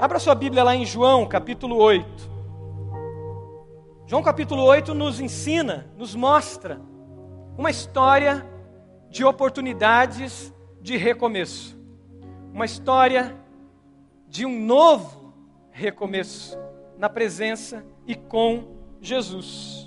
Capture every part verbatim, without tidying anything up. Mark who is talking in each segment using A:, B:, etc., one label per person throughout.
A: Abra sua Bíblia lá em João, capítulo oito. João, capítulo oito, nos ensina, nos mostra uma história de oportunidades de recomeço. Uma história de um novo recomeço na presença e com Jesus.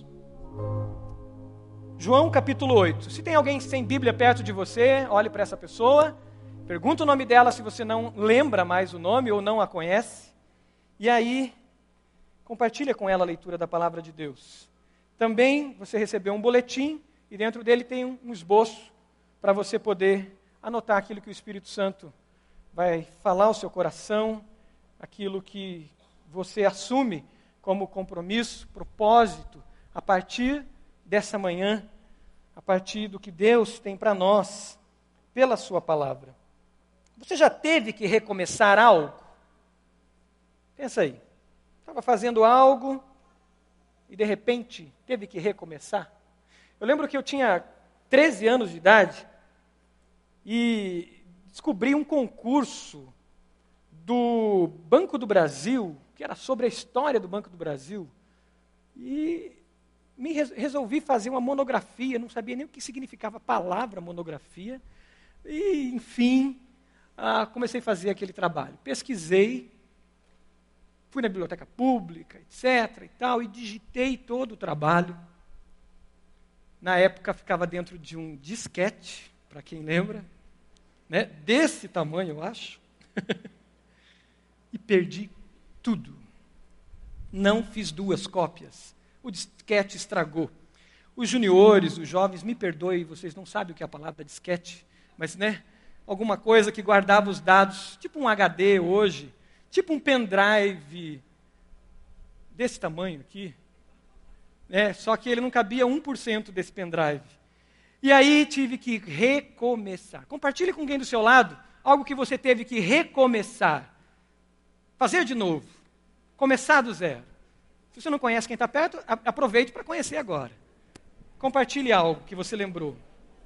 A: João, capítulo oito. Se tem alguém sem Bíblia perto de você, olhe para essa pessoa. Pergunta o nome dela se você não lembra mais o nome ou não a conhece. E aí, compartilha com ela a leitura da palavra de Deus. Também você recebeu um boletim e dentro dele tem um esboço para você poder anotar aquilo que o Espírito Santo vai falar ao seu coração, aquilo que você assume como compromisso, propósito, a partir dessa manhã, a partir do que Deus tem para nós, pela sua palavra. Você já teve que recomeçar algo? Pensa aí. Estava fazendo algo e de repente teve que recomeçar? Eu lembro que eu tinha treze anos de idade e descobri um concurso do Banco do Brasil, que era sobre a história do Banco do Brasil, e me res- resolvi fazer uma monografia, não sabia nem o que significava a palavra monografia, e enfim... Ah, comecei a fazer aquele trabalho. Pesquisei, fui na biblioteca pública, etc e tal, e digitei todo o trabalho. Na época ficava dentro de um disquete, para quem lembra, né? Desse tamanho, eu acho. E perdi tudo. Não fiz duas cópias. O disquete estragou. Os juniores, os jovens, me perdoem, vocês não sabem o que é a palavra disquete, mas, né? Alguma coisa que guardava os dados, tipo um H D hoje, tipo um pendrive desse tamanho aqui, né? Só que ele não cabia um por cento desse pendrive. E aí tive que recomeçar. Compartilhe com alguém do seu lado algo que você teve que recomeçar. Fazer de novo. Começar do zero. Se você não conhece quem está perto, aproveite para conhecer agora. Compartilhe algo que você lembrou.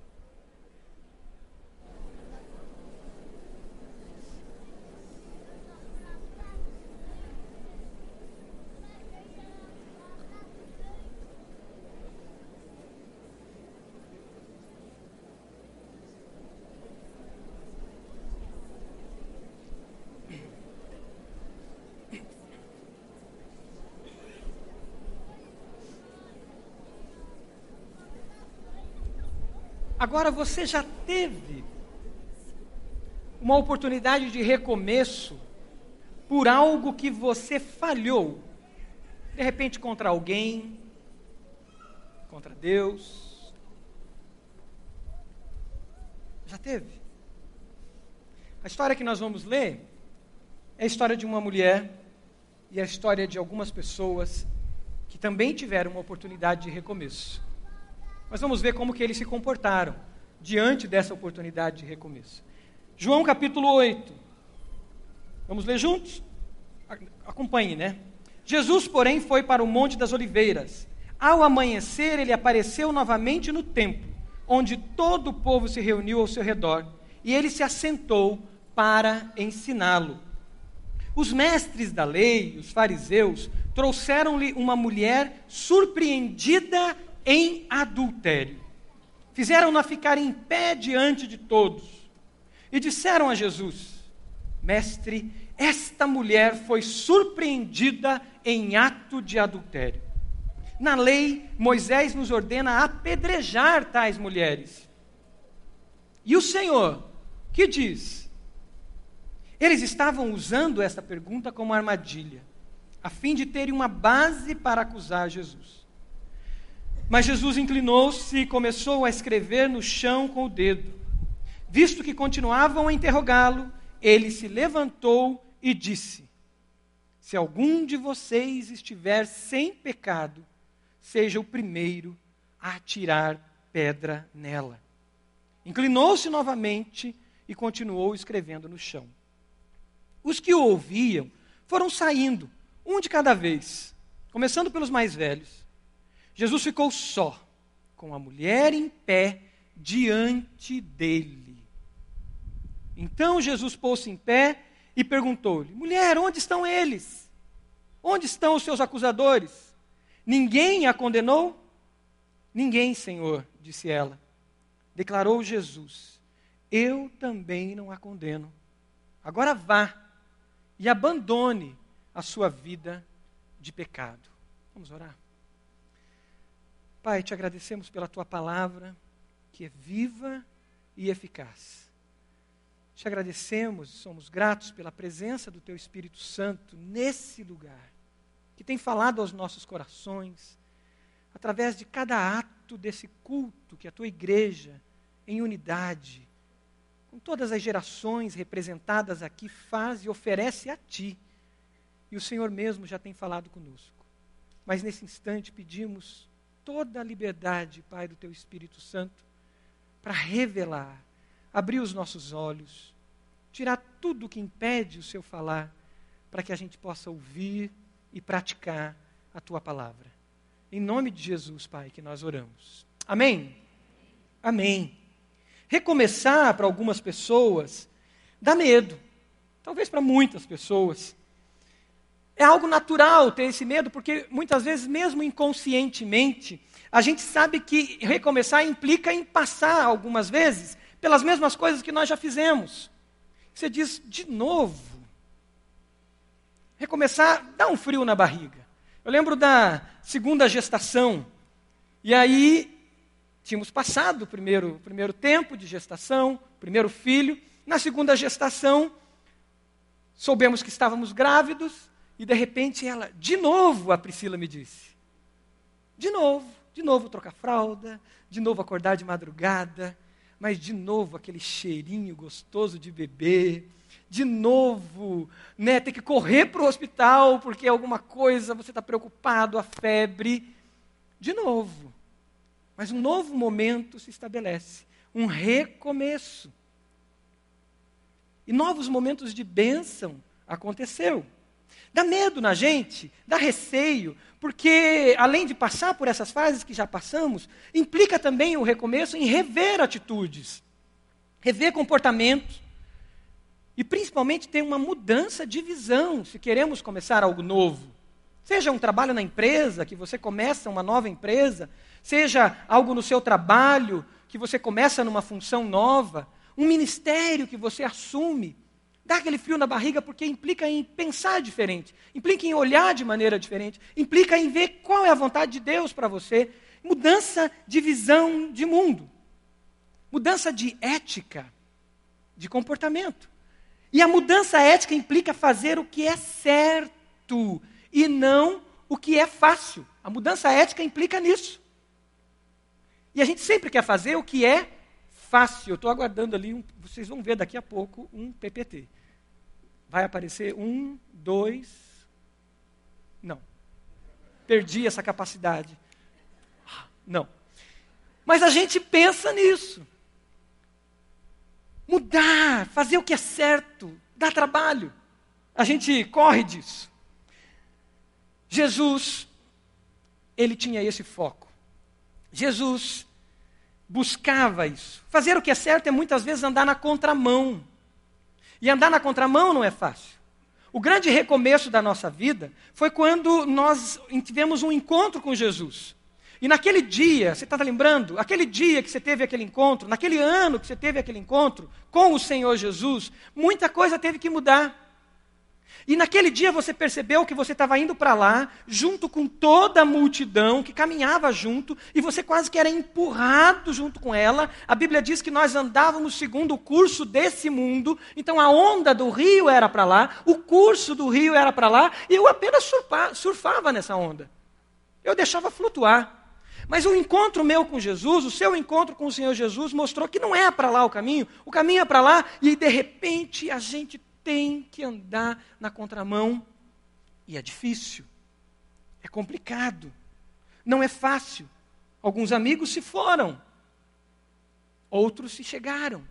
A: Agora, você já teve uma oportunidade de recomeço por algo que você falhou? De repente contra alguém, contra Deus. Já teve? A história que nós vamos ler é a história de uma mulher e a história de algumas pessoas que também tiveram uma oportunidade de recomeço. Mas vamos ver como que eles se comportaram diante dessa oportunidade de recomeço. João capítulo oito. Vamos ler juntos? Acompanhe, né? Jesus, porém, foi para o Monte das Oliveiras. Ao amanhecer, ele apareceu novamente no templo, onde todo o povo se reuniu ao seu redor, e ele se assentou para ensiná-lo. Os mestres da lei, os fariseus, trouxeram-lhe uma mulher surpreendida em adultério. Fizeram-na ficar em pé diante de todos e disseram a Jesus: Mestre, esta mulher foi surpreendida em ato de adultério. Na lei, Moisés nos ordena apedrejar tais mulheres. E o Senhor, que diz? Eles estavam usando esta pergunta como armadilha, a fim de terem uma base para acusar Jesus. Mas Jesus inclinou-se e começou a escrever no chão com o dedo. Visto que continuavam a interrogá-lo, ele se levantou e disse: Se algum de vocês estiver sem pecado, seja o primeiro a atirar pedra nela. Inclinou-se novamente e continuou escrevendo no chão. Os que o ouviam foram saindo, um de cada vez, começando pelos mais velhos. Jesus ficou só, com a mulher em pé diante dele. Então Jesus pôs-se em pé e perguntou-lhe: mulher, onde estão eles? Onde estão os seus acusadores? Ninguém a condenou? Ninguém, Senhor, disse ela. Declarou Jesus: eu também não a condeno. Agora vá e abandone a sua vida de pecado. Vamos orar? Pai, te agradecemos pela tua palavra, que é viva e eficaz. Te agradecemos e somos gratos pela presença do teu Espírito Santo nesse lugar, que tem falado aos nossos corações, através de cada ato desse culto que a tua igreja, em unidade, com todas as gerações representadas aqui, faz e oferece a ti. E o Senhor mesmo já tem falado conosco. Mas nesse instante pedimos toda a liberdade, Pai, do teu Espírito Santo, para revelar, abrir os nossos olhos, tirar tudo o que impede o seu falar, para que a gente possa ouvir e praticar a tua palavra. Em nome de Jesus, Pai, que nós oramos. Amém? Amém. Recomeçar para algumas pessoas dá medo, talvez para muitas pessoas. É algo natural ter esse medo, porque muitas vezes, mesmo inconscientemente, a gente sabe que recomeçar implica em passar, algumas vezes, pelas mesmas coisas que nós já fizemos. Você diz, de novo? Recomeçar dá um frio na barriga. Eu lembro da segunda gestação, e aí tínhamos passado o primeiro, o primeiro tempo de gestação, o primeiro filho. Na segunda gestação, soubemos que estávamos grávidos, e de repente ela, de novo, a Priscila me disse, de novo, de novo trocar fralda, de novo acordar de madrugada, mas de novo aquele cheirinho gostoso de bebê, de novo, né, ter que correr para o hospital porque alguma coisa, você está preocupado, a febre, de novo. Mas um novo momento se estabelece, um recomeço. E novos momentos de bênção aconteceu. Dá medo na gente, dá receio, porque além de passar por essas fases que já passamos, implica também o recomeço em rever atitudes, rever comportamentos, e principalmente ter uma mudança de visão, se queremos começar algo novo. Seja um trabalho na empresa, que você começa uma nova empresa, seja algo no seu trabalho, que você começa numa função nova, um ministério que você assume, dá aquele frio na barriga porque implica em pensar diferente, implica em olhar de maneira diferente, implica em ver qual é a vontade de Deus para você, mudança de visão de mundo, mudança de ética, de comportamento. E a mudança ética implica fazer o que é certo e não o que é fácil. A mudança ética implica nisso. E a gente sempre quer fazer o que é fácil. Eu estou aguardando ali, um, vocês vão ver daqui a pouco um P P T. Vai aparecer um, dois... Não. Perdi essa capacidade. Não. Mas a gente pensa nisso. Mudar, fazer o que é certo, dá trabalho. A gente corre disso. Jesus, ele tinha esse foco. Jesus buscava isso. Fazer o que é certo é muitas vezes andar na contramão. E andar na contramão não é fácil. O grande recomeço da nossa vida foi quando nós tivemos um encontro com Jesus. E naquele dia, você está lembrando? Aquele dia que você teve aquele encontro, naquele ano que você teve aquele encontro com o Senhor Jesus, muita coisa teve que mudar. E naquele dia você percebeu que você estava indo para lá, junto com toda a multidão que caminhava junto, e você quase que era empurrado junto com ela. A Bíblia diz que nós andávamos segundo o curso desse mundo, então a onda do rio era para lá, o curso do rio era para lá, e eu apenas surfa, surfava nessa onda. Eu deixava flutuar. Mas o encontro meu com Jesus, o seu encontro com o Senhor Jesus, mostrou que não é para lá o caminho, o caminho é para lá, e de repente a gente tem que andar na contramão, e é difícil, é complicado, não é fácil. Alguns amigos se foram, outros se chegaram.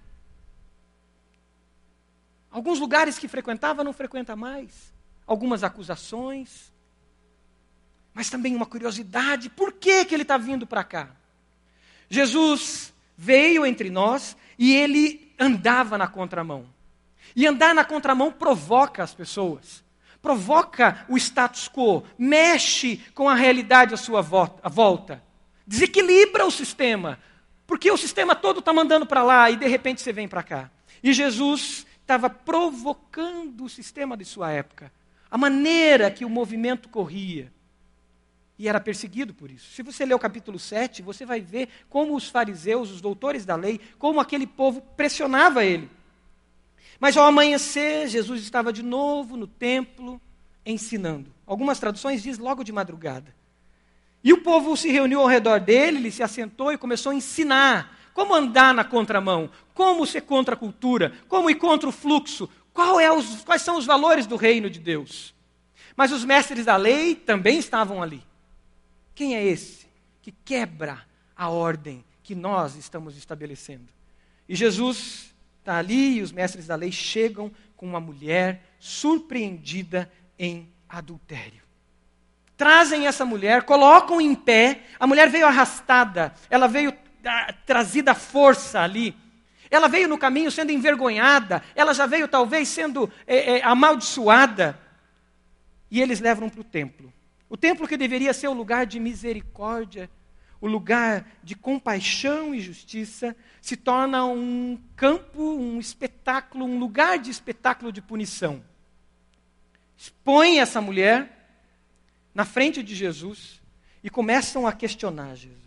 A: Alguns lugares que frequentava não frequenta mais, algumas acusações, mas também uma curiosidade, por que, que ele está vindo para cá? Jesus veio entre nós e ele andava na contramão. E andar na contramão provoca as pessoas, provoca o status quo, mexe com a realidade à sua volta, desequilibra o sistema, porque o sistema todo está mandando para lá e de repente você vem para cá. E Jesus estava provocando o sistema de sua época, a maneira que o movimento corria. E era perseguido por isso. Se você ler o capítulo sete, você vai ver como os fariseus, os doutores da lei, como aquele povo pressionava ele. Mas ao amanhecer, Jesus estava de novo no templo, ensinando. Algumas traduções dizem logo de madrugada. E o povo se reuniu ao redor dele, ele se assentou e começou a ensinar como andar na contramão, como ser contra a cultura, como ir contra o fluxo, qual é os, quais são os valores do reino de Deus. Mas os mestres da lei também estavam ali. Quem é esse que quebra a ordem que nós estamos estabelecendo? E Jesus está ali e os mestres da lei chegam com uma mulher surpreendida em adultério. Trazem essa mulher, colocam em pé, a mulher veio arrastada, ela veio ah, trazida à força ali, ela veio no caminho sendo envergonhada, ela já veio talvez sendo é, é, amaldiçoada, e eles levam para o templo. O templo que deveria ser o lugar de misericórdia, o lugar de compaixão e justiça, se torna um campo, um espetáculo, um lugar de espetáculo de punição. Expõem essa mulher na frente de Jesus e começam a questionar Jesus.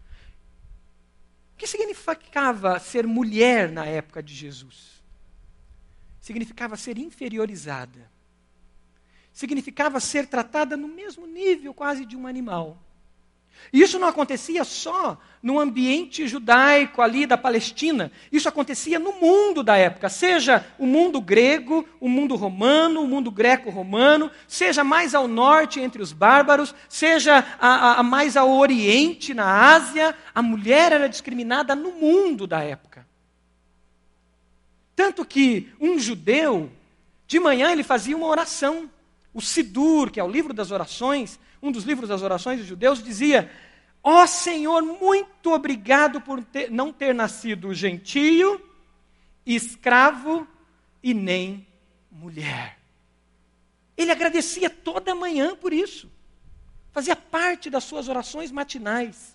A: O que significava ser mulher na época de Jesus? Significava ser inferiorizada. Significava ser tratada no mesmo nível quase de um animal. E isso não acontecia só no ambiente judaico ali da Palestina. Isso acontecia no mundo da época, seja o mundo grego, o mundo romano, o mundo greco-romano, seja mais ao norte entre os bárbaros, seja a, a, a mais ao oriente, na Ásia, a mulher era discriminada no mundo da época. Tanto que um judeu, de manhã ele fazia uma oração. O Sidur, que é o livro das orações, um dos livros das orações dos judeus, dizia: ó Senhor, muito obrigado por ter, não ter nascido gentio, escravo e nem mulher. Ele agradecia toda manhã por isso. Fazia parte das suas orações matinais.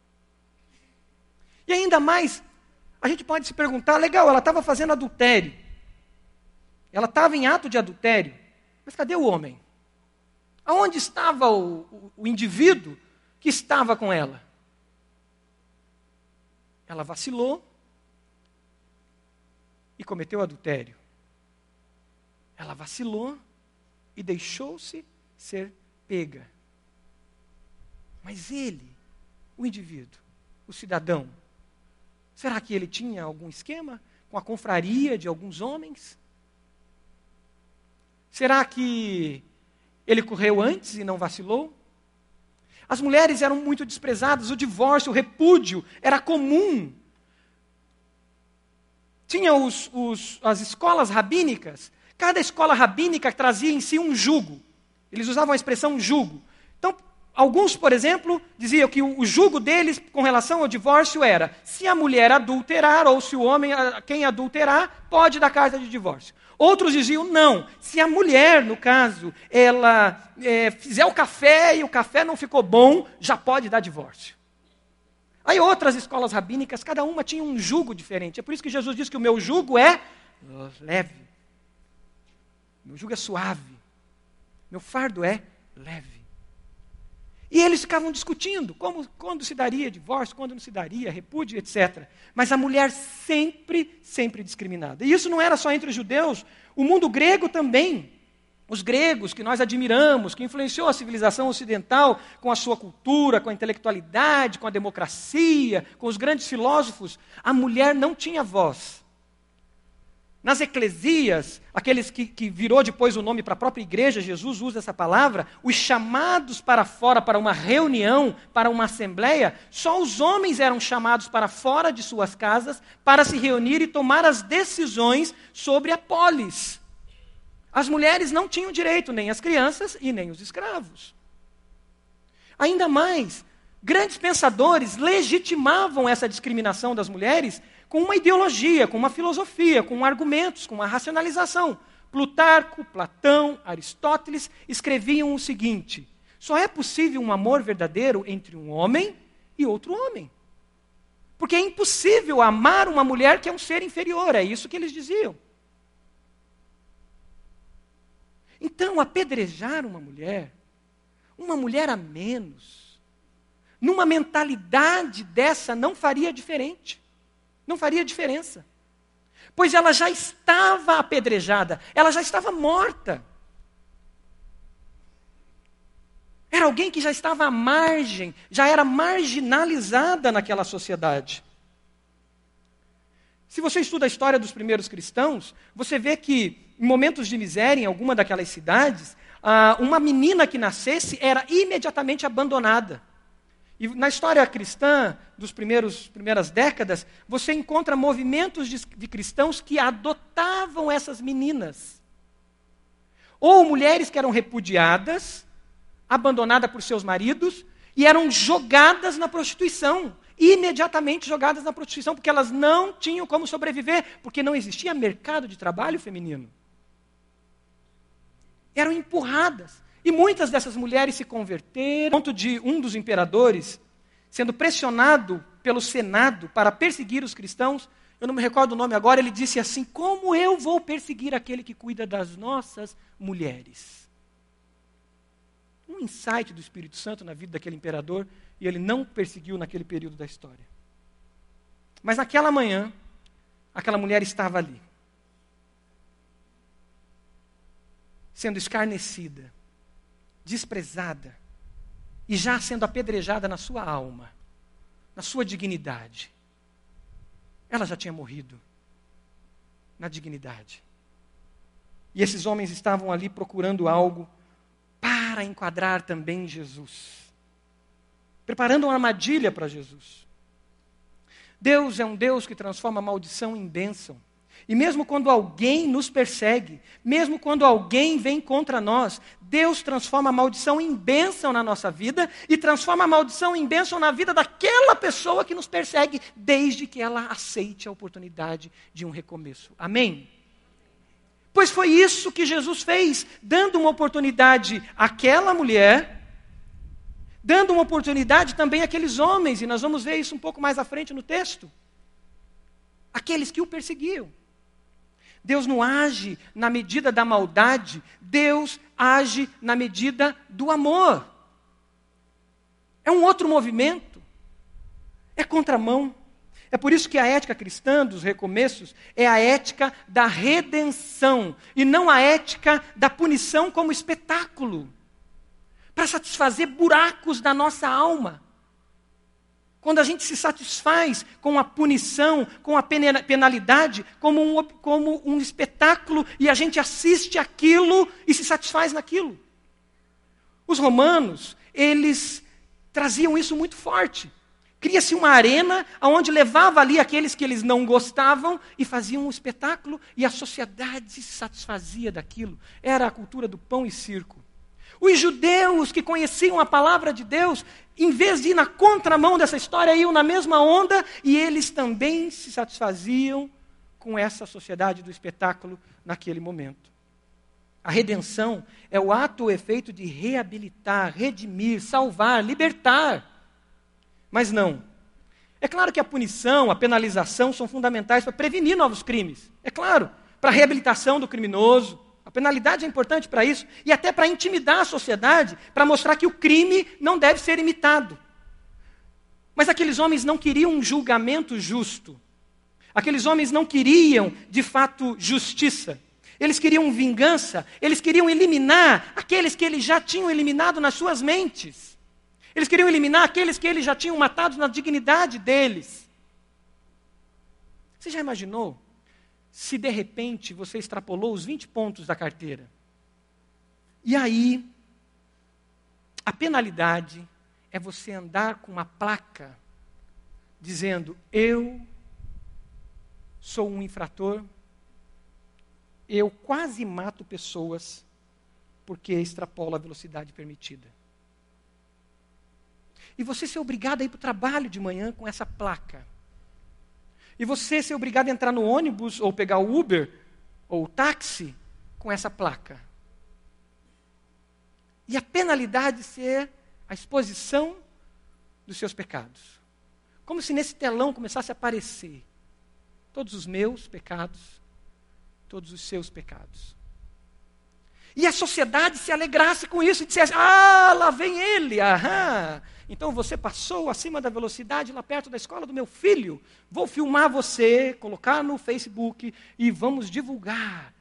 A: E ainda mais, a gente pode se perguntar, legal, ela estava fazendo adultério. Ela estava em ato de adultério. Mas cadê o homem? Aonde estava o, o, o indivíduo que estava com ela? Ela vacilou e cometeu adultério. Ela vacilou e deixou-se ser pega. Mas ele, o indivíduo, o cidadão, será que ele tinha algum esquema com a confraria de alguns homens? Será que ele correu antes e não vacilou? As mulheres eram muito desprezadas, o divórcio, o repúdio era comum. Tinha os, os, as escolas rabínicas, cada escola rabínica trazia em si um jugo. Eles usavam a expressão jugo. Então, alguns, por exemplo, diziam que o, o jugo deles com relação ao divórcio era: se a mulher adulterar, ou se o homem, quem adulterar, pode dar carta de divórcio. Outros diziam, não, se a mulher, no caso, ela é, fizer o café e o café não ficou bom, já pode dar divórcio. Aí outras escolas rabínicas, cada uma tinha um jugo diferente. É por isso que Jesus diz que o meu jugo é leve. Meu jugo é suave. Meu fardo é leve. E eles ficavam discutindo como, quando se daria divórcio, quando não se daria, repúdio, etcétera. Mas a mulher sempre, sempre discriminada. E isso não era só entre os judeus, o mundo grego também. Os gregos, que nós admiramos, que influenciou a civilização ocidental com a sua cultura, com a intelectualidade, com a democracia, com os grandes filósofos, a mulher não tinha voz. Nas eclesias, aqueles que, que virou depois o nome para a própria igreja, Jesus usa essa palavra, os chamados para fora para uma reunião, para uma assembleia, só os homens eram chamados para fora de suas casas para se reunir e tomar as decisões sobre a polis. As mulheres não tinham direito, nem as crianças e nem os escravos. Ainda mais, grandes pensadores legitimavam essa discriminação das mulheres com uma ideologia, com uma filosofia, com argumentos, com uma racionalização. Plutarco, Platão, Aristóteles escreviam o seguinte: só é possível um amor verdadeiro entre um homem e outro homem. Porque é impossível amar uma mulher que é um ser inferior, é isso que eles diziam. Então, apedrejar uma mulher, uma mulher a menos, numa mentalidade dessa não faria diferente, não faria diferença. Pois ela já estava apedrejada, ela já estava morta. Era alguém que já estava à margem, já era marginalizada naquela sociedade. Se você estuda a história dos primeiros cristãos, você vê que, em momentos de miséria, em alguma daquelas cidades, uma menina que nascesse era imediatamente abandonada. E na história cristã, dos primeiros primeiras décadas, você encontra movimentos de, de cristãos que adotavam essas meninas. Ou mulheres que eram repudiadas, abandonadas por seus maridos, e eram jogadas na prostituição. Imediatamente jogadas na prostituição, porque elas não tinham como sobreviver, porque não existia mercado de trabalho feminino. Eram empurradas. E muitas dessas mulheres se converteram, ao ponto de um dos imperadores, sendo pressionado pelo Senado para perseguir os cristãos, eu não me recordo o nome agora, ele disse assim: como eu vou perseguir aquele que cuida das nossas mulheres? Um insight do Espírito Santo na vida daquele imperador, e ele não perseguiu naquele período da história. Mas naquela manhã, aquela mulher estava ali, sendo escarnecida, desprezada, e já sendo apedrejada na sua alma, na sua dignidade. Ela já tinha morrido na dignidade. E esses homens estavam ali procurando algo para enquadrar também Jesus, preparando uma armadilha para Jesus. Deus é um Deus que transforma a maldição em bênção. E mesmo quando alguém nos persegue, mesmo quando alguém vem contra nós, Deus transforma a maldição em bênção na nossa vida e transforma a maldição em bênção na vida daquela pessoa que nos persegue, desde que ela aceite a oportunidade de um recomeço. Amém? Pois foi isso que Jesus fez, dando uma oportunidade àquela mulher, dando uma oportunidade também àqueles homens, e nós vamos ver isso um pouco mais à frente no texto. Aqueles que o perseguiam. Deus não age na medida da maldade, Deus age na medida do amor. É um outro movimento, é contramão. É por isso que a ética cristã dos recomeços é a ética da redenção, e não a ética da punição como espetáculo, para satisfazer buracos da nossa alma. Quando a gente se satisfaz com a punição, com a penalidade, como um, como um espetáculo, e a gente assiste aquilo e se satisfaz naquilo. Os romanos, eles traziam isso muito forte. Cria-se uma arena onde levava ali aqueles que eles não gostavam e faziam um espetáculo, e a sociedade se satisfazia daquilo. Era a cultura do pão e circo. Os judeus que conheciam a palavra de Deus, em vez de ir na contramão dessa história, iam na mesma onda, e eles também se satisfaziam com essa sociedade do espetáculo naquele momento. A redenção é o ato ou efeito de reabilitar, redimir, salvar, libertar. Mas não. É claro que a punição, a penalização são fundamentais para prevenir novos crimes. É claro, para a reabilitação do criminoso. A penalidade é importante para isso, e até para intimidar a sociedade, para mostrar que o crime não deve ser imitado. Mas aqueles homens não queriam um julgamento justo. Aqueles homens não queriam, de fato, justiça. Eles queriam vingança, eles queriam eliminar aqueles que eles já tinham eliminado nas suas mentes. Eles queriam eliminar aqueles que eles já tinham matado na dignidade deles. Você já imaginou se de repente você extrapolou os vinte pontos da carteira? E aí, a penalidade é você andar com uma placa dizendo: eu sou um infrator, eu quase mato pessoas porque extrapolo a velocidade permitida. E você ser obrigado a ir para o trabalho de manhã com essa placa. E você ser obrigado a entrar no ônibus, ou pegar o Uber, ou o táxi, com essa placa. E a penalidade ser a exposição dos seus pecados. Como se nesse telão começasse a aparecer todos os meus pecados, todos os seus pecados. E a sociedade se alegrasse com isso e dissesse, ah, lá vem ele, aham. Então você passou acima da velocidade lá perto da escola do meu filho. Vou filmar você, colocar no Facebook e vamos divulgar.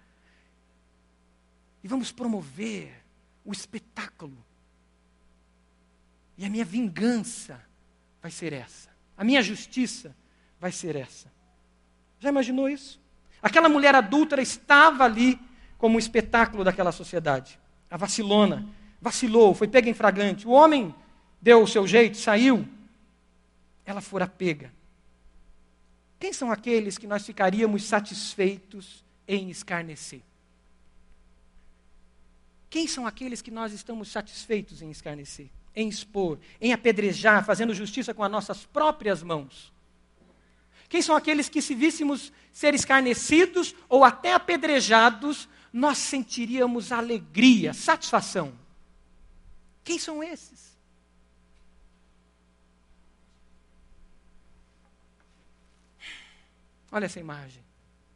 A: E vamos promover o espetáculo. E a minha vingança vai ser essa. A minha justiça vai ser essa. Já imaginou isso? Aquela mulher adúltera estava ali como um espetáculo daquela sociedade. A vacilona, vacilou, foi pega em flagrante. O homem deu o seu jeito, saiu. Ela fora pega. Quem são aqueles que nós ficaríamos satisfeitos em escarnecer? Quem são aqueles que nós estamos satisfeitos em escarnecer? Em expor, em apedrejar, fazendo justiça com as nossas próprias mãos? Quem são aqueles que, se víssemos ser escarnecidos ou até apedrejados, nós sentiríamos alegria, satisfação? Quem são esses? Olha essa imagem.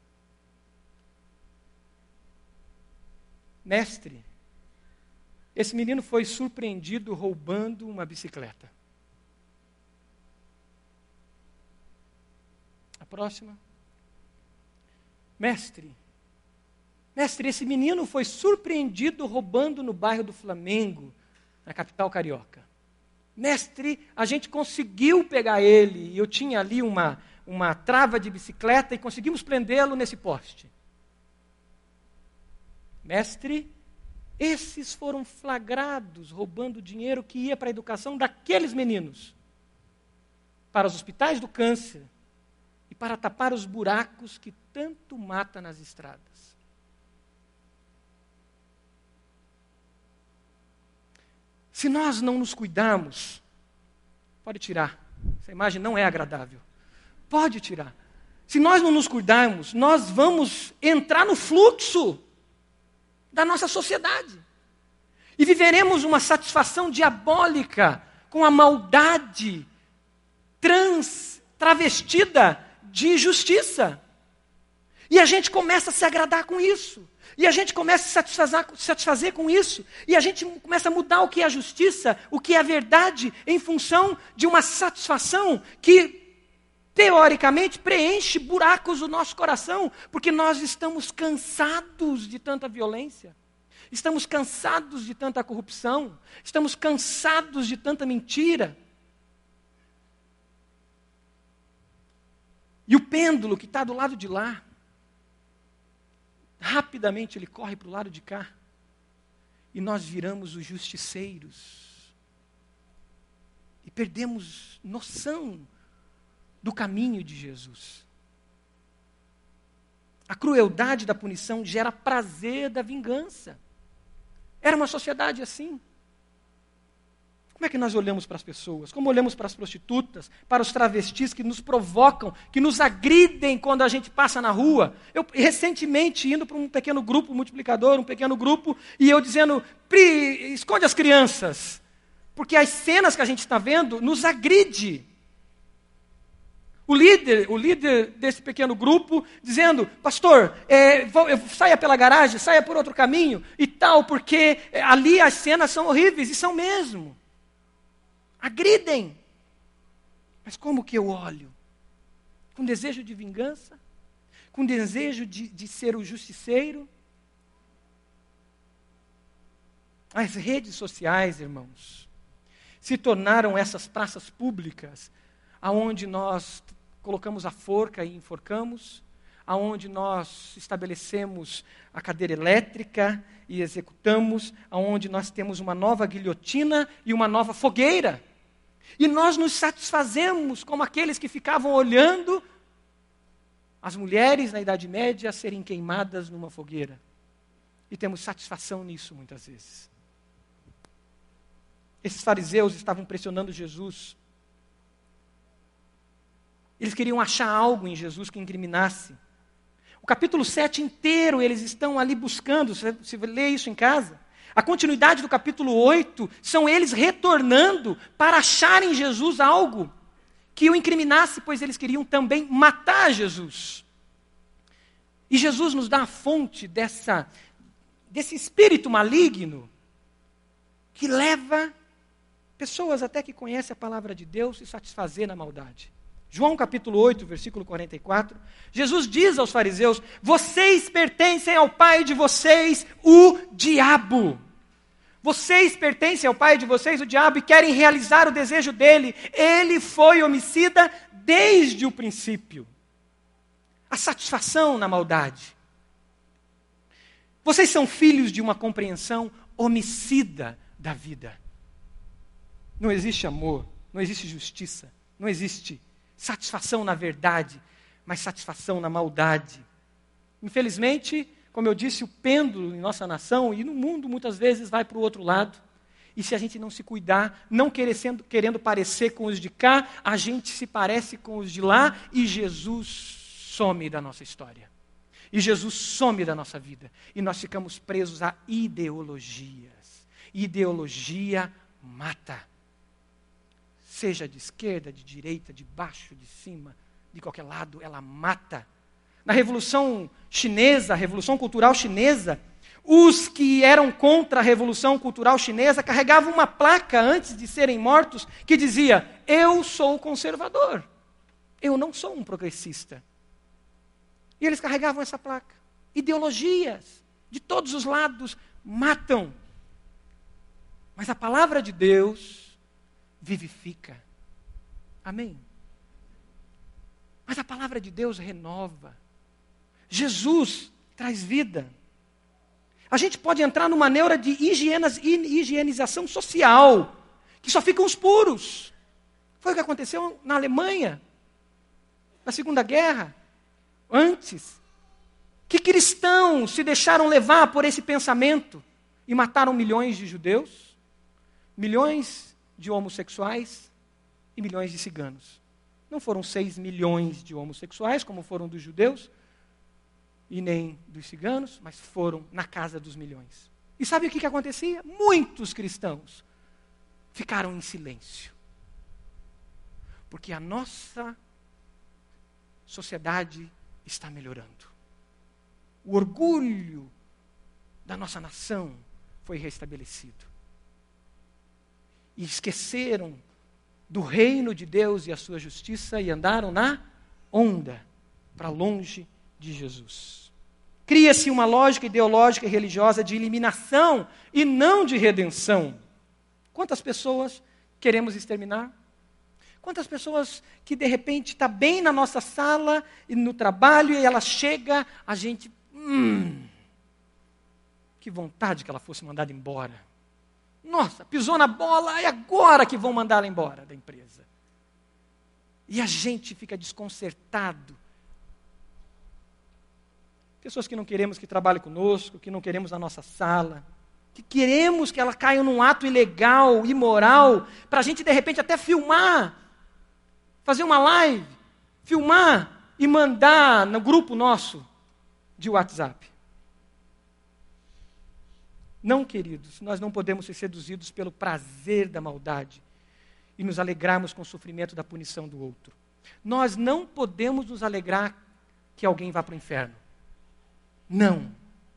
A: Mestre, esse menino foi surpreendido roubando uma bicicleta. A próxima. Mestre, mestre, esse menino foi surpreendido roubando no bairro do Flamengo, na capital carioca. Mestre, a gente conseguiu pegar ele, e eu tinha ali uma, uma trava de bicicleta e conseguimos prendê-lo nesse poste. Mestre, esses foram flagrados roubando dinheiro que ia para a educação daqueles meninos, para os hospitais do câncer e para tapar os buracos que tanto mata nas estradas. Se nós não nos cuidarmos, pode tirar, essa imagem não é agradável, pode tirar. Se nós não nos cuidarmos, nós vamos entrar no fluxo da nossa sociedade. E viveremos uma satisfação diabólica com a maldade trans, travestida de justiça. E a gente começa a se agradar com isso. E a gente começa a se satisfazer, satisfazer com isso. E a gente começa a mudar o que é a justiça, o que é a verdade, em função de uma satisfação que, teoricamente, preenche buracos do nosso coração, porque nós estamos cansados de tanta violência, estamos cansados de tanta corrupção, estamos cansados de tanta mentira. E o pêndulo que está do lado de lá, rapidamente ele corre para o lado de cá, e nós viramos os justiceiros, e perdemos noção do caminho de Jesus. A crueldade da punição gera prazer da vingança. Era uma sociedade assim. Como é que nós olhamos para as pessoas? Como olhamos para as prostitutas, para os travestis que nos provocam, que nos agridem quando a gente passa na rua? Eu, recentemente, indo para um pequeno grupo multiplicador, um pequeno grupo, e eu dizendo, Pri, esconde as crianças, porque as cenas que a gente está vendo nos agride. O líder, o líder desse pequeno grupo, dizendo, pastor, é, vou, saia pela garagem, saia por outro caminho e tal, porque ali as cenas são horríveis, e são mesmo. Agridem. Mas como que eu olho? Com desejo de vingança? Com desejo de, de ser o justiceiro? As redes sociais, irmãos, se tornaram essas praças públicas, aonde nós colocamos a forca e enforcamos, aonde nós estabelecemos a cadeira elétrica e executamos, aonde nós temos uma nova guilhotina e uma nova fogueira. E nós nos satisfazemos como aqueles que ficavam olhando as mulheres na Idade Média serem queimadas numa fogueira. E temos satisfação nisso muitas vezes. Esses fariseus estavam pressionando Jesus. Eles queriam achar algo em Jesus que incriminasse. O capítulo sete inteiro eles estão ali buscando, você lê isso em casa. A continuidade do capítulo oito são eles retornando para achar em Jesus algo que o incriminasse, pois eles queriam também matar Jesus. E Jesus nos dá a fonte dessa, desse espírito maligno que leva pessoas até que conhecem a palavra de Deus se satisfazer na maldade. João capítulo oito, versículo quarenta e quatro, Jesus diz aos fariseus: vocês pertencem ao pai de vocês, o diabo. Vocês pertencem ao pai de vocês, o diabo, e querem realizar o desejo dele. Ele foi homicida desde o princípio. A satisfação na maldade. Vocês são filhos de uma compreensão homicida da vida. Não existe amor, não existe justiça, não existe satisfação na verdade, mas satisfação na maldade. Infelizmente, como eu disse, o pêndulo em nossa nação e no mundo muitas vezes vai para o outro lado. E se a gente não se cuidar, não querendo, querendo parecer com os de cá, a gente se parece com os de lá e Jesus some da nossa história. E Jesus some da nossa vida. E nós ficamos presos a ideologias. Ideologia mata. Seja de esquerda, de direita, de baixo, de cima, de qualquer lado, ela mata. Na Revolução Chinesa, a Revolução Cultural Chinesa, os que eram contra a Revolução Cultural Chinesa carregavam uma placa antes de serem mortos que dizia: eu sou conservador, eu não sou um progressista. E eles carregavam essa placa. Ideologias de todos os lados matam. Mas a palavra de Deus vivifica. Amém? Mas a palavra de Deus renova. Jesus traz vida. A gente pode entrar numa neura de higienização social, que só ficam os puros. Foi o que aconteceu na Alemanha, na Segunda Guerra, antes. Que cristãos se deixaram levar por esse pensamento e mataram milhões de judeus, milhões de homossexuais e milhões de ciganos. Não foram seis milhões de homossexuais, como foram dos judeus, e nem dos ciganos, mas foram na casa dos milhões. E sabe o que, que acontecia? Muitos cristãos ficaram em silêncio. Porque a nossa sociedade está melhorando. O orgulho da nossa nação foi restabelecido. E esqueceram do reino de Deus e a sua justiça e andaram na onda, para longe de Jesus. Cria-se uma lógica ideológica e religiosa de eliminação e não de redenção. Quantas pessoas queremos exterminar? Quantas pessoas que de repente está bem na nossa sala e no trabalho e ela chega, a gente, hum, que vontade que ela fosse mandada embora. Nossa, pisou na bola, é agora que vão mandar ela embora da empresa. E a gente fica desconcertado. Pessoas que não queremos que trabalhem conosco, que não queremos na nossa sala, que queremos que ela caia num ato ilegal, imoral, para a gente de repente até filmar, fazer uma live, filmar e mandar no grupo nosso de WhatsApp. Não, queridos, nós não podemos ser seduzidos pelo prazer da maldade e nos alegrarmos com o sofrimento da punição do outro. Nós não podemos nos alegrar que alguém vá para o inferno. Não.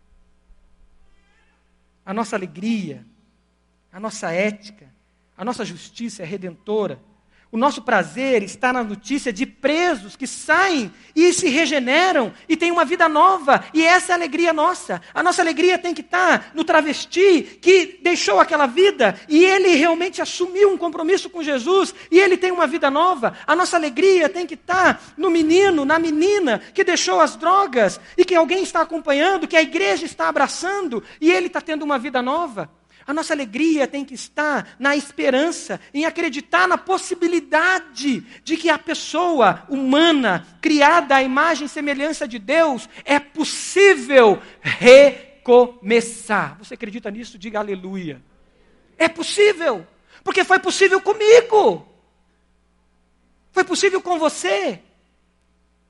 A: A nossa alegria, a nossa ética, a nossa justiça é redentora. O nosso prazer está na notícia de presos que saem e se regeneram e têm uma vida nova. E essa é a alegria nossa. A nossa alegria tem que estar no travesti que deixou aquela vida e ele realmente assumiu um compromisso com Jesus e ele tem uma vida nova. A nossa alegria tem que estar no menino, na menina que deixou as drogas e que alguém está acompanhando, que a igreja está abraçando e ele está tendo uma vida nova. A nossa alegria tem que estar na esperança, em acreditar na possibilidade de que a pessoa humana, criada à imagem e semelhança de Deus, é possível recomeçar. Você acredita nisso? Diga aleluia. É possível, porque foi possível comigo. Foi possível com você.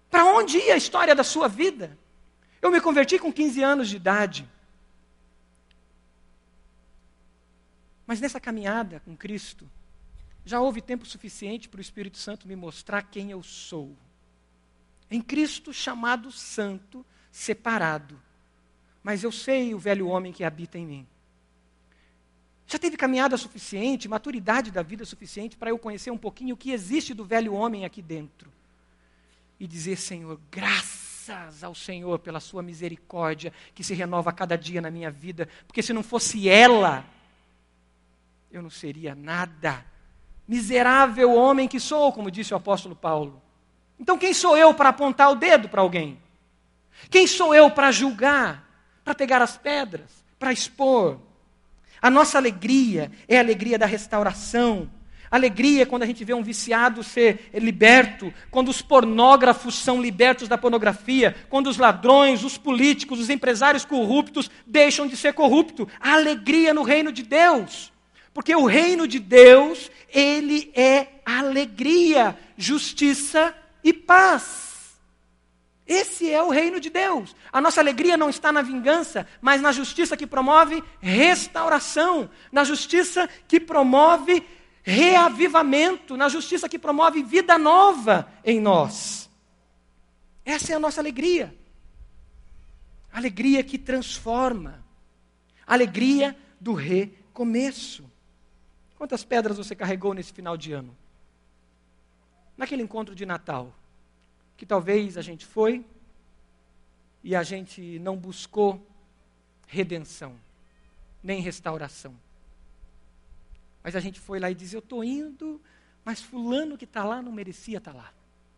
A: Para onde ia a história da sua vida? Eu me converti com quinze anos de idade. Mas nessa caminhada com Cristo, já houve tempo suficiente para o Espírito Santo me mostrar quem eu sou. Em Cristo chamado santo, separado. Mas eu sei o velho homem que habita em mim. Já teve caminhada suficiente, maturidade da vida suficiente para eu conhecer um pouquinho o que existe do velho homem aqui dentro. E dizer, Senhor, graças ao Senhor pela sua misericórdia que se renova a cada dia na minha vida. Porque se não fosse ela, eu não seria nada. Miserável homem que sou, como disse o apóstolo Paulo. Então quem sou eu para apontar o dedo para alguém? Quem sou eu para julgar? Para pegar as pedras? Para expor? A nossa alegria é a alegria da restauração. Alegria é quando a gente vê um viciado ser liberto, quando os pornógrafos são libertos da pornografia, quando os ladrões, os políticos, os empresários corruptos deixam de ser corruptos. A alegria no reino de Deus. Porque o reino de Deus, ele é alegria, justiça e paz. Esse é o reino de Deus. A nossa alegria não está na vingança, mas na justiça que promove restauração, na justiça que promove reavivamento, na justiça que promove vida nova em nós. Essa é a nossa alegria. Alegria que transforma. Alegria do recomeço. Quantas pedras você carregou nesse final de ano? Naquele encontro de Natal, que talvez a gente foi e a gente não buscou redenção, nem restauração. Mas a gente foi lá e disse, eu estou indo, mas fulano que está lá não merecia estar lá.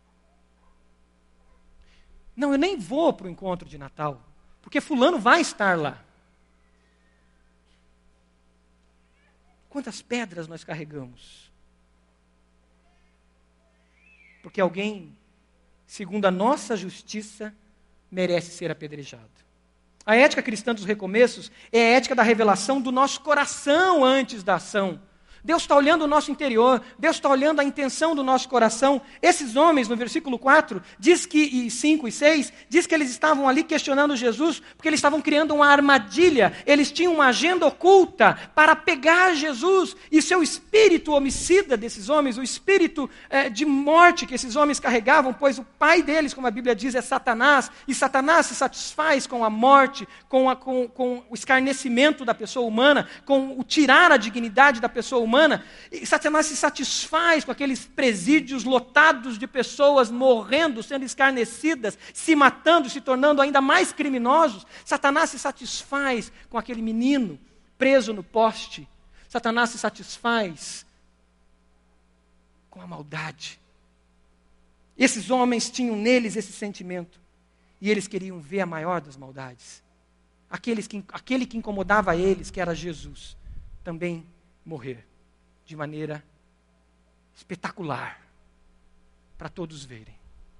A: Não, eu nem vou para o encontro de Natal, porque fulano vai estar lá. Quantas pedras nós carregamos? Porque alguém, segundo a nossa justiça, merece ser apedrejado. A ética cristã dos recomeços é a ética da revelação do nosso coração antes da ação. Deus está olhando o nosso interior, Deus está olhando a intenção do nosso coração. Esses homens, no versículo quatro, diz que, e cinco e seis, diz que eles estavam ali questionando Jesus, porque eles estavam criando uma armadilha, eles tinham uma agenda oculta para pegar Jesus, e seu espírito homicida desses homens, o espírito eh, de morte que esses homens carregavam, pois o pai deles, como a Bíblia diz, é Satanás, e Satanás se satisfaz com a morte, com, a, com, com o escarnecimento da pessoa humana, com o tirar a dignidade da pessoa humana. Humana, e Satanás se satisfaz com aqueles presídios lotados de pessoas morrendo, sendo escarnecidas, se matando, se tornando ainda mais criminosos. Satanás se satisfaz com aquele menino preso no poste. Satanás se satisfaz com a maldade. Esses homens tinham neles esse sentimento e eles queriam ver a maior das maldades. Aqueles que, aquele que incomodava eles, que era Jesus, também morrer. De maneira espetacular, para todos verem.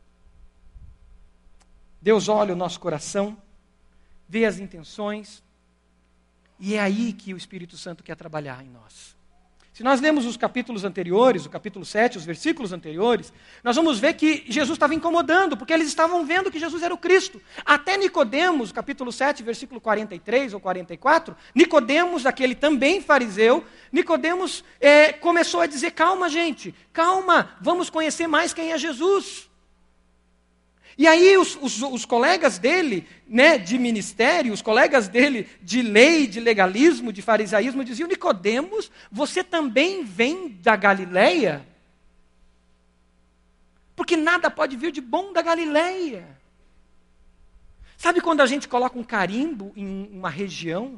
A: Deus olha o nosso coração, vê as intenções, e é aí que o Espírito Santo quer trabalhar em nós. Se nós lemos os capítulos anteriores, o capítulo sete, os versículos anteriores, nós vamos ver que Jesus estava incomodando, porque eles estavam vendo que Jesus era o Cristo. Até Nicodemos, capítulo sete, versículo quarenta e três ou quarenta e quatro, Nicodemos, aquele também fariseu, Nicodemos é, começou a dizer, calma gente, calma, vamos conhecer mais quem é Jesus. E aí os, os, os colegas dele, né, de ministério, os colegas dele de lei, de legalismo, de farisaísmo, diziam, Nicodemos, você também vem da Galileia? Porque nada pode vir de bom da Galileia. Sabe quando a gente coloca um carimbo em uma região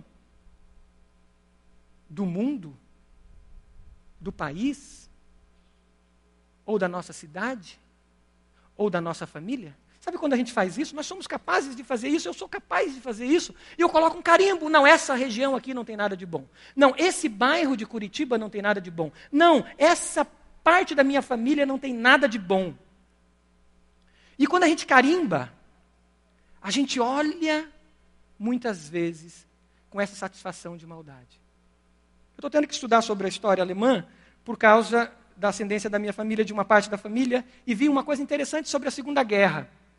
A: do mundo, do país, ou da nossa cidade, ou da nossa família? Sabe quando a gente faz isso? Nós somos capazes de fazer isso, eu sou capaz de fazer isso. E eu coloco um carimbo, não, essa região aqui não tem nada de bom. Não, esse bairro de Curitiba não tem nada de bom. Não, essa parte da minha família não tem nada de bom. E quando a gente carimba, a gente olha, muitas vezes, com essa satisfação de maldade. Eu estou tendo que estudar sobre a história alemã por causa da ascendência da minha família, de uma parte da família, e vi uma coisa interessante sobre a Segunda Guerra.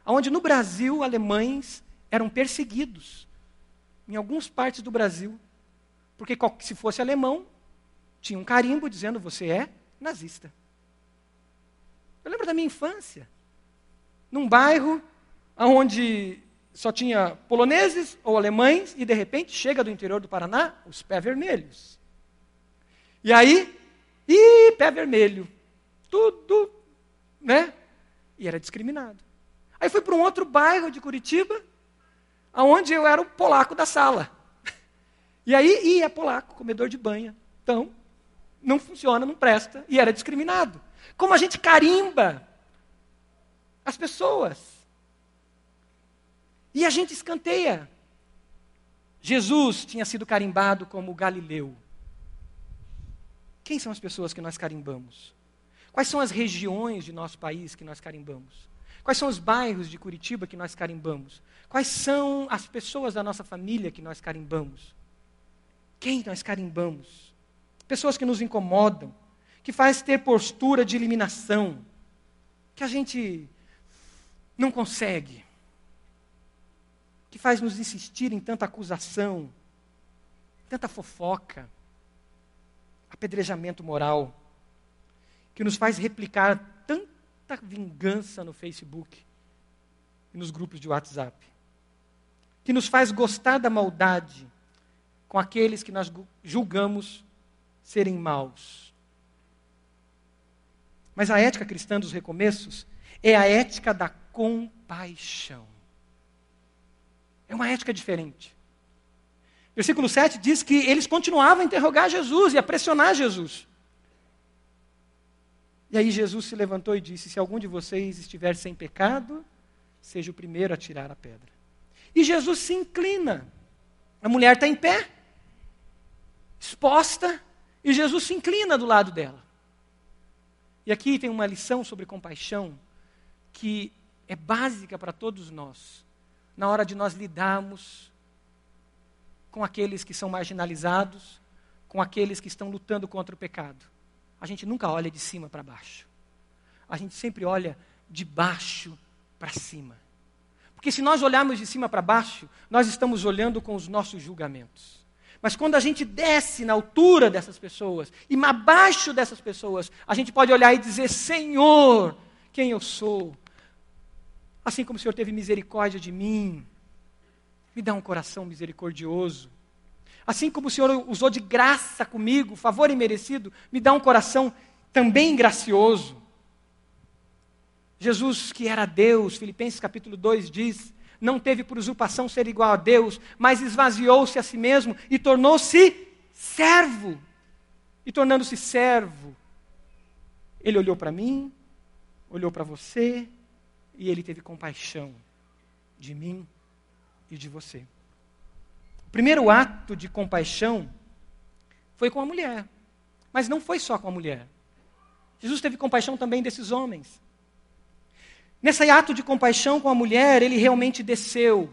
A: onde no Brasil alemães eram perseguidos, em algumas partes do Brasil, porque se fosse alemão, tinha um carimbo dizendo você é nazista. Eu lembro da minha infância, num bairro onde só tinha poloneses ou alemães, e de repente chega do interior do Paraná os pé vermelhos. E aí, ih, pé vermelho, tudo, né? E era discriminado. Aí fui para um outro bairro de Curitiba, onde eu era o polaco da sala. E aí, ih, é polaco, comedor de banha. Então, não funciona, não presta, e era discriminado. Como a gente carimba as pessoas. E a gente escanteia. Jesus tinha sido carimbado como Galileu. Quem são as pessoas que nós carimbamos? Quais são as regiões de nosso país que nós carimbamos? Quais são os bairros de Curitiba que nós carimbamos? Quais são as pessoas da nossa família que nós carimbamos? Quem nós carimbamos? Pessoas que nos incomodam, que faz ter postura de eliminação, que a gente não consegue, que faz nos insistir em tanta acusação, tanta fofoca, apedrejamento moral, que nos faz replicar tanta vingança no Facebook e nos grupos de WhatsApp, que nos faz gostar da maldade com aqueles que nós julgamos serem maus. Mas a ética cristã dos recomeços é a ética da compaixão. É uma ética diferente. Versículo sete diz que eles continuavam a interrogar Jesus e a pressionar Jesus. E aí Jesus se levantou e disse: se algum de vocês estiver sem pecado, seja o primeiro a tirar a pedra. E Jesus se inclina. A mulher está em pé, exposta, e Jesus se inclina do lado dela. E aqui tem uma lição sobre compaixão que é básica para todos nós, na hora de nós lidarmos com aqueles que são marginalizados, com aqueles que estão lutando contra o pecado. A gente nunca olha de cima para baixo. A gente sempre olha de baixo para cima. Porque se nós olharmos de cima para baixo, nós estamos olhando com os nossos julgamentos. Mas quando a gente desce na altura dessas pessoas, e abaixo dessas pessoas, a gente pode olhar e dizer: Senhor, quem eu sou? Assim como o Senhor teve misericórdia de mim, me dá um coração misericordioso. Assim como o Senhor usou de graça comigo, favor imerecido, me dá um coração também gracioso. Jesus, que era Deus, Filipenses capítulo dois diz, não teve por usurpação ser igual a Deus, mas esvaziou-se a si mesmo e tornou-se servo. E tornando-se servo, ele olhou para mim, olhou para você, e ele teve compaixão de mim e de você. O primeiro ato de compaixão foi com a mulher. Mas não foi só com a mulher. Jesus teve compaixão também desses homens. Nesse ato de compaixão com a mulher, ele realmente desceu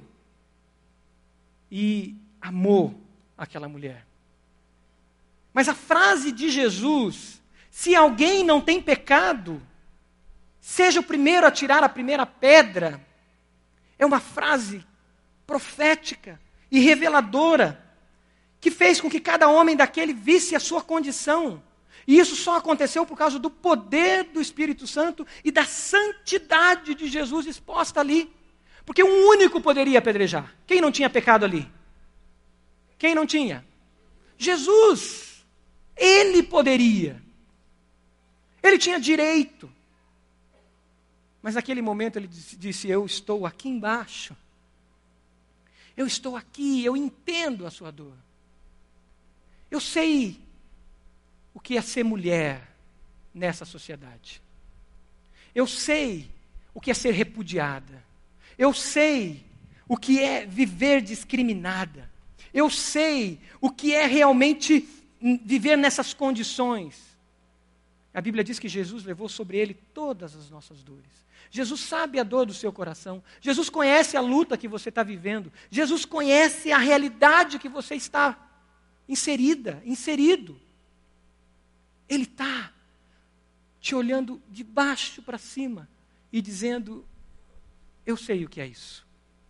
A: e amou aquela mulher. Mas a frase de Jesus, se alguém não tem pecado, seja o primeiro a tirar a primeira pedra, é uma frase profética e reveladora, que fez com que cada homem daquele visse a sua condição. E isso só aconteceu por causa do poder do Espírito Santo e da santidade de Jesus exposta ali. Porque um único poderia apedrejar. Quem não tinha pecado ali? Quem não tinha? Jesus. Ele poderia. Ele tinha direito. Mas naquele momento ele disse: eu estou aqui embaixo. Eu estou aqui, eu entendo a sua dor. Eu sei o que é ser mulher nessa sociedade. Eu sei o que é ser repudiada. Eu sei o que é viver discriminada. Eu sei o que é realmente viver nessas condições. A Bíblia diz que Jesus levou sobre ele todas as nossas dores. Jesus sabe a dor do seu coração. Jesus conhece a luta que você está vivendo. Jesus conhece a realidade que você está inserida, inserido. Ele está te olhando de baixo para cima e dizendo: Eu sei o que é isso.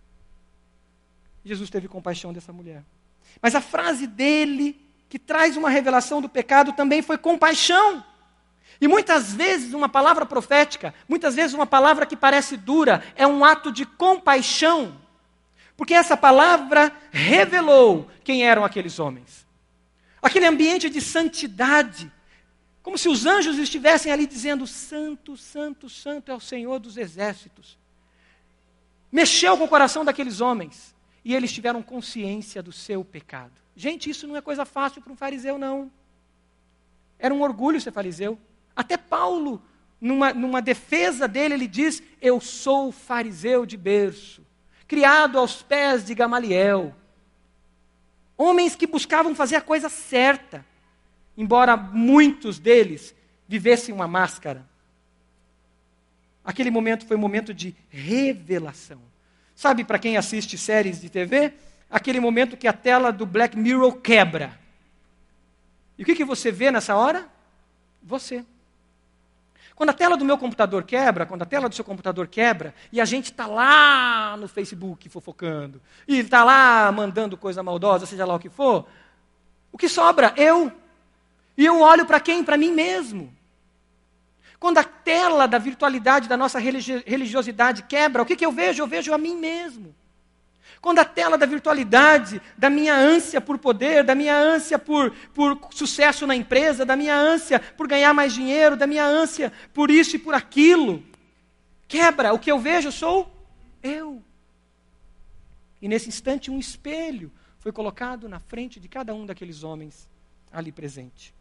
A: Jesus teve compaixão dessa mulher. Mas a frase dele, que traz uma revelação do pecado, também foi compaixão. E muitas vezes uma palavra profética, muitas vezes uma palavra que parece dura, é um ato de compaixão. Porque essa palavra revelou quem eram aqueles homens. Aquele ambiente de santidade, como se os anjos estivessem ali dizendo, santo, santo, santo é o Senhor dos exércitos. Mexeu com o coração daqueles homens. E eles tiveram consciência do seu pecado. Gente, isso não é coisa fácil para um fariseu, não. Era um orgulho ser fariseu. Até Paulo, numa, numa defesa dele, ele diz, eu sou fariseu de berço, criado aos pés de Gamaliel. Homens que buscavam fazer a coisa certa, embora muitos deles vivessem uma máscara. Aquele momento foi um momento de revelação. Sabe, para quem assiste séries de T V, aquele momento que a tela do Black Mirror quebra. E o que, que você vê nessa hora? Você. Quando a tela do meu computador quebra, quando a tela do seu computador quebra, e a gente está lá no Facebook fofocando, e está lá mandando coisa maldosa, seja lá o que for, o que sobra? Eu. E eu olho para quem? Para mim mesmo. Quando a tela da virtualidade da nossa religiosidade quebra, o que, que eu vejo? Eu vejo a mim mesmo. Quando a tela da virtualidade, da minha ânsia por poder, da minha ânsia por, por sucesso na empresa, da minha ânsia por ganhar mais dinheiro, da minha ânsia por isso e por aquilo, quebra, o que eu vejo sou eu. E nesse instante um espelho foi colocado na frente de cada um daqueles homens ali presente.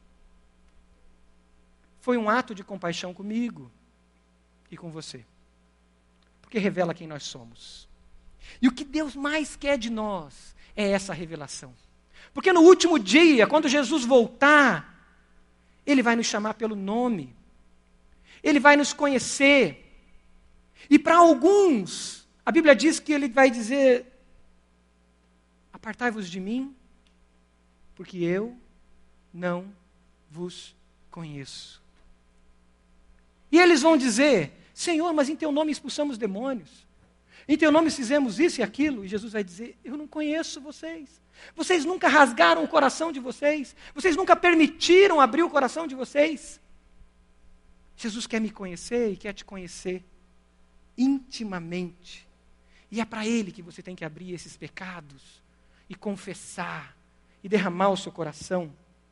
A: Foi um ato de compaixão comigo e com você. Porque revela quem nós somos. E o que Deus mais quer de nós é essa revelação. Porque no último dia, quando Jesus voltar, Ele vai nos chamar pelo nome. Ele vai nos conhecer. E para alguns, a Bíblia diz que Ele vai dizer, apartai-vos de mim, porque eu não vos conheço. E eles vão dizer, Senhor, mas em teu nome expulsamos demônios. Em teu nome fizemos isso e aquilo. E Jesus vai dizer, eu não conheço vocês. Vocês nunca rasgaram o coração de vocês. Vocês nunca permitiram abrir o coração de vocês. Jesus quer me conhecer e quer te conhecer intimamente. E é para Ele que você tem que abrir esses pecados e confessar e derramar o seu coração.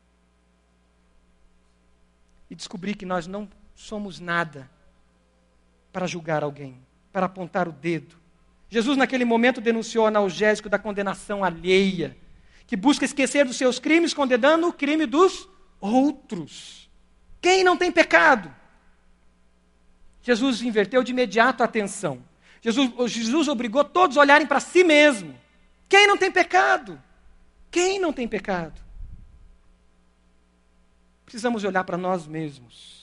A: E descobrir que nós não somos nada para julgar alguém, para apontar o dedo. Jesus naquele momento denunciou o analgésico da condenação alheia, que busca esquecer dos seus crimes, condenando o crime dos outros. Quem não tem pecado? Jesus inverteu de imediato a atenção. Jesus, Jesus obrigou todos a olharem para si mesmo. Quem não tem pecado? Quem não tem pecado? Precisamos olhar para nós mesmos.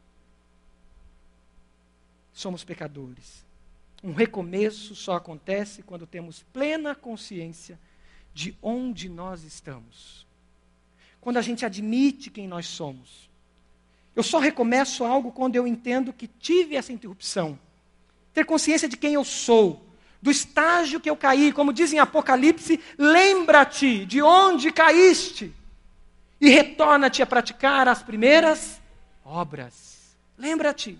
A: Somos pecadores. Um recomeço só acontece quando temos plena consciência de onde nós estamos. Quando a gente admite quem nós somos. Eu só recomeço algo quando eu entendo que tive essa interrupção. Ter consciência de quem eu sou, do estágio que eu caí, como diz em Apocalipse, lembra-te de onde caíste e retorna-te a praticar as primeiras obras. Lembra-te.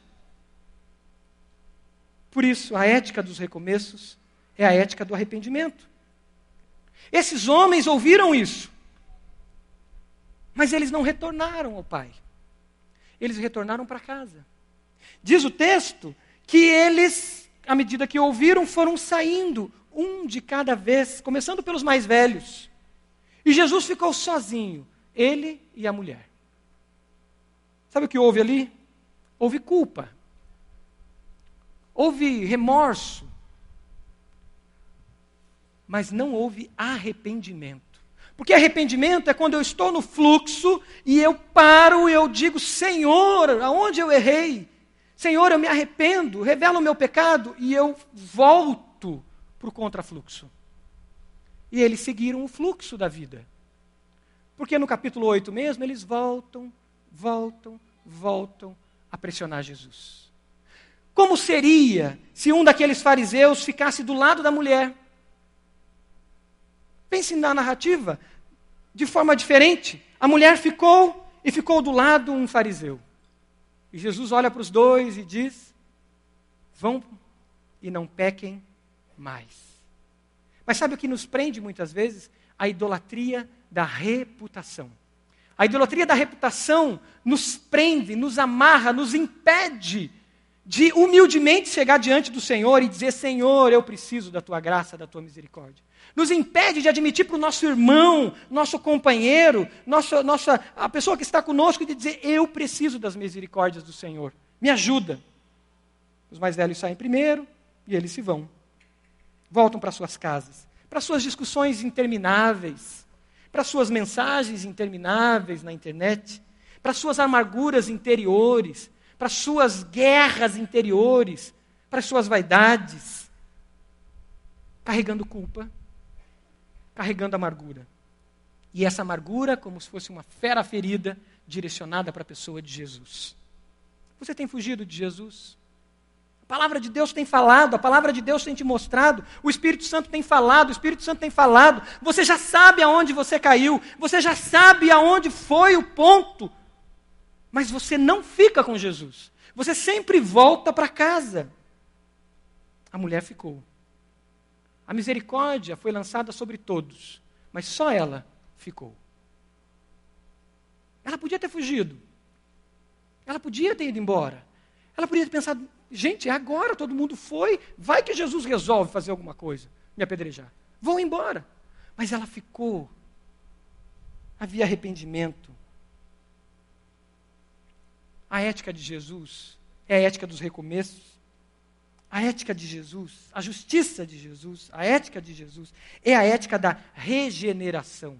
A: Por isso, a ética dos recomeços é a ética do arrependimento. Esses homens ouviram isso, mas eles não retornaram ao Pai. Eles retornaram para casa. Diz o texto que eles, à medida que ouviram, foram saindo, um de cada vez, começando pelos mais velhos. E Jesus ficou sozinho, ele e a mulher. Sabe o que houve ali? Houve culpa. Houve remorso, mas não houve arrependimento. Porque arrependimento é quando eu estou no fluxo e eu paro e eu digo, Senhor, aonde eu errei? Senhor, eu me arrependo, revela o meu pecado e eu volto para o contrafluxo. E eles seguiram o fluxo da vida. Porque no capítulo oito mesmo, eles voltam, voltam, voltam a pressionar Jesus. Como seria se um daqueles fariseus ficasse do lado da mulher? Pense na narrativa de forma diferente. A mulher ficou e ficou do lado um fariseu. E Jesus olha para os dois e diz: vão e não pequem mais. Mas sabe o que nos prende muitas vezes? A idolatria da reputação. A idolatria da reputação nos prende, nos amarra, nos impede de humildemente chegar diante do Senhor e dizer: Senhor, eu preciso da tua graça, da tua misericórdia. Nos impede de admitir para o nosso irmão, nosso companheiro, nosso, nossa, a pessoa que está conosco, de dizer: eu preciso das misericórdias do Senhor. Me ajuda. Os mais velhos saem primeiro e eles se vão. Voltam para suas casas, para suas discussões intermináveis, para suas mensagens intermináveis na internet, para suas amarguras interiores, para suas guerras interiores, para suas vaidades, carregando culpa, carregando amargura. E essa amargura como se fosse uma fera ferida direcionada para a pessoa de Jesus. Você tem fugido de Jesus? A palavra de Deus tem falado, a palavra de Deus tem te mostrado, o Espírito Santo tem falado, o Espírito Santo tem falado, você já sabe aonde você caiu, você já sabe aonde foi o ponto, mas você não fica com Jesus, você sempre volta para casa. A mulher ficou. A misericórdia foi lançada sobre todos, mas só ela ficou. Ela podia ter fugido, ela podia ter ido embora, ela podia ter pensado: gente, agora todo mundo foi, vai que Jesus resolve fazer alguma coisa, me apedrejar. Vou embora. Mas ela ficou. Havia arrependimento. A ética de Jesus é a ética dos recomeços. A ética de Jesus, a justiça de Jesus, a ética de Jesus é a ética da regeneração.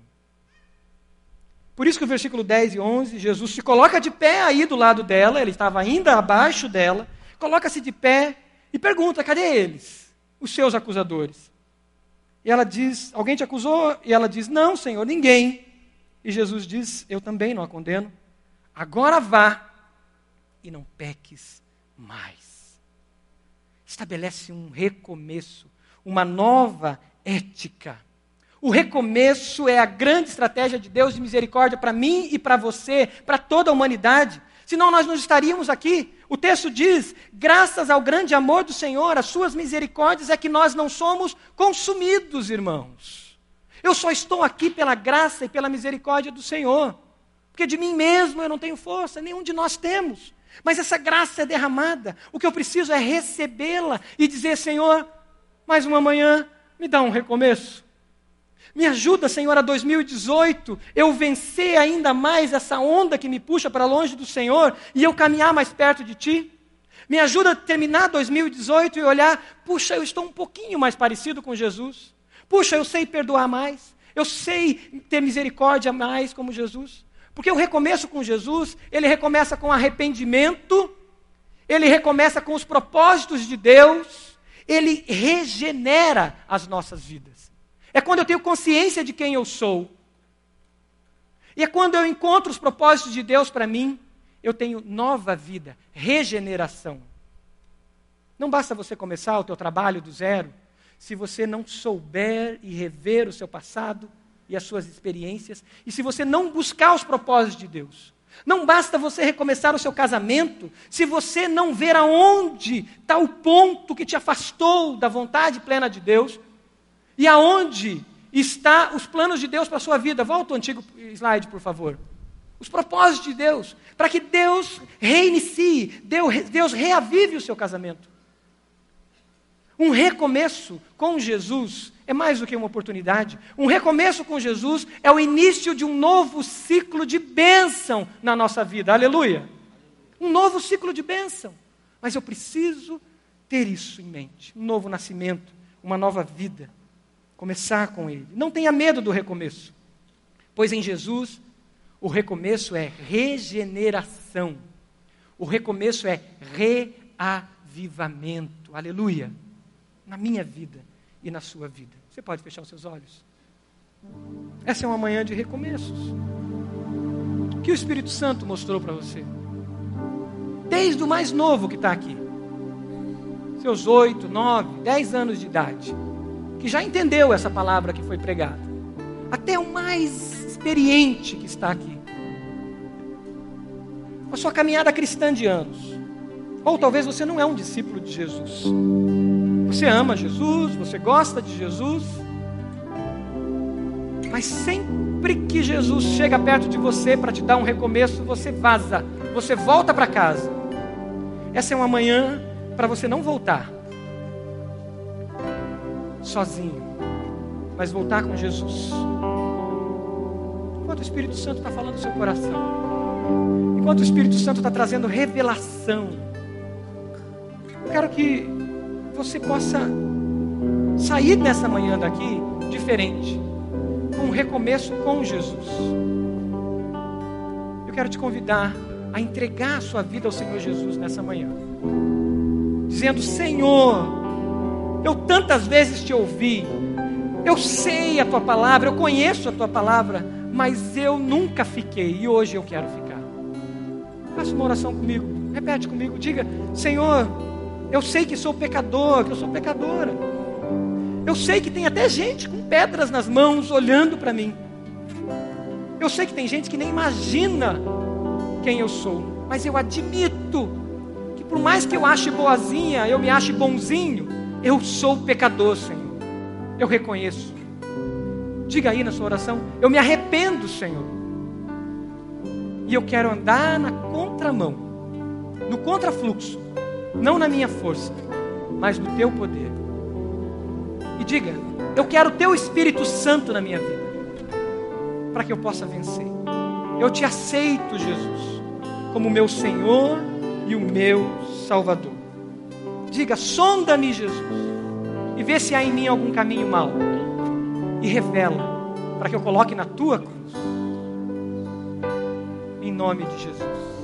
A: Por isso que o versículo dez e onze, Jesus se coloca de pé aí do lado dela, ele estava ainda abaixo dela, coloca-se de pé e pergunta: cadê eles? Os seus acusadores. E ela diz: alguém te acusou? E ela diz: não, Senhor, ninguém. E Jesus diz: eu também não a condeno. Agora vá e não peques mais. Estabelece um recomeço, uma nova ética. O recomeço é a grande estratégia de Deus de misericórdia para mim e para você, para toda a humanidade. Senão nós não estaríamos aqui. O texto diz: graças ao grande amor do Senhor, as suas misericórdias, é que nós não somos consumidos, irmãos. Eu só estou aqui pela graça e pela misericórdia do Senhor. Porque de mim mesmo eu não tenho força, nenhum de nós temos. Mas essa graça é derramada. O que eu preciso é recebê-la e dizer: Senhor, mais uma manhã, me dá um recomeço. Me ajuda, Senhor, a dois mil e dezoito, eu vencer ainda mais essa onda que me puxa para longe do Senhor e eu caminhar mais perto de Ti. Me ajuda a terminar dois mil e dezoito e olhar: puxa, eu estou um pouquinho mais parecido com Jesus. Puxa, eu sei perdoar mais. Eu sei ter misericórdia mais como Jesus. Porque o recomeço com Jesus, ele recomeça com arrependimento, ele recomeça com os propósitos de Deus, ele regenera as nossas vidas. É quando eu tenho consciência de quem eu sou. E é quando eu encontro os propósitos de Deus para mim, eu tenho nova vida, regeneração. Não basta você começar o teu trabalho do zero, se você não souber e rever o seu passado e as suas experiências, e se você não buscar os propósitos de Deus. Não basta você recomeçar o seu casamento, se você não ver aonde está o ponto que te afastou da vontade plena de Deus, e aonde está os planos de Deus para a sua vida. Volta ao antigo slide, por favor. Os propósitos de Deus, para que Deus reinicie, Deus reavive o seu casamento. Um recomeço com Jesus é mais do que uma oportunidade. Um recomeço com Jesus é o início de um novo ciclo de bênção na nossa vida. Aleluia! Um novo ciclo de bênção. Mas eu preciso ter isso em mente. Um novo nascimento, uma nova vida. Começar com Ele. Não tenha medo do recomeço. Pois em Jesus, o recomeço é regeneração. O recomeço é reavivamento. Aleluia! Na minha vida e na sua vida. Você pode fechar os seus olhos? Essa é uma manhã de recomeços. O que o Espírito Santo mostrou para você? Desde o mais novo que está aqui. seus oito, nove, dez anos de idade, que já entendeu essa palavra que foi pregada, até o mais experiente que está aqui, a sua caminhada cristã de anos, ou talvez você não é um discípulo de Jesus, você ama Jesus, você gosta de Jesus, mas sempre que Jesus chega perto de você para te dar um recomeço, você vaza, você volta para casa. Essa é uma manhã para você não voltar sozinho, mas voltar com Jesus. Enquanto o Espírito Santo está falando no seu coração, enquanto o Espírito Santo está trazendo revelação, eu quero que você possa sair dessa manhã daqui diferente, com um recomeço com Jesus. Eu quero te convidar a entregar a sua vida ao Senhor Jesus nessa manhã, dizendo: Senhor, eu tantas vezes te ouvi, eu sei a tua palavra, eu conheço a tua palavra, mas eu nunca fiquei e hoje eu quero ficar. Faça uma oração comigo, repete comigo, diga: Senhor, eu sei que sou pecador, que eu sou pecadora. Eu sei que tem até gente com pedras nas mãos olhando para mim. Eu sei que tem gente que nem imagina quem eu sou, mas eu admito que por mais que eu ache boazinha, eu me ache bonzinho, eu sou pecador, Senhor. Eu reconheço. Diga aí na sua oração: eu me arrependo, Senhor. E eu quero andar na contramão, no contrafluxo, não na minha força, mas no teu poder. E diga: eu quero o teu Espírito Santo na minha vida, para que eu possa vencer. Eu te aceito, Jesus, como meu Senhor e o meu Salvador. Diga: sonda-me, Jesus, e vê se há em mim algum caminho mau, e revela, para que eu coloque na tua cruz, em nome de Jesus.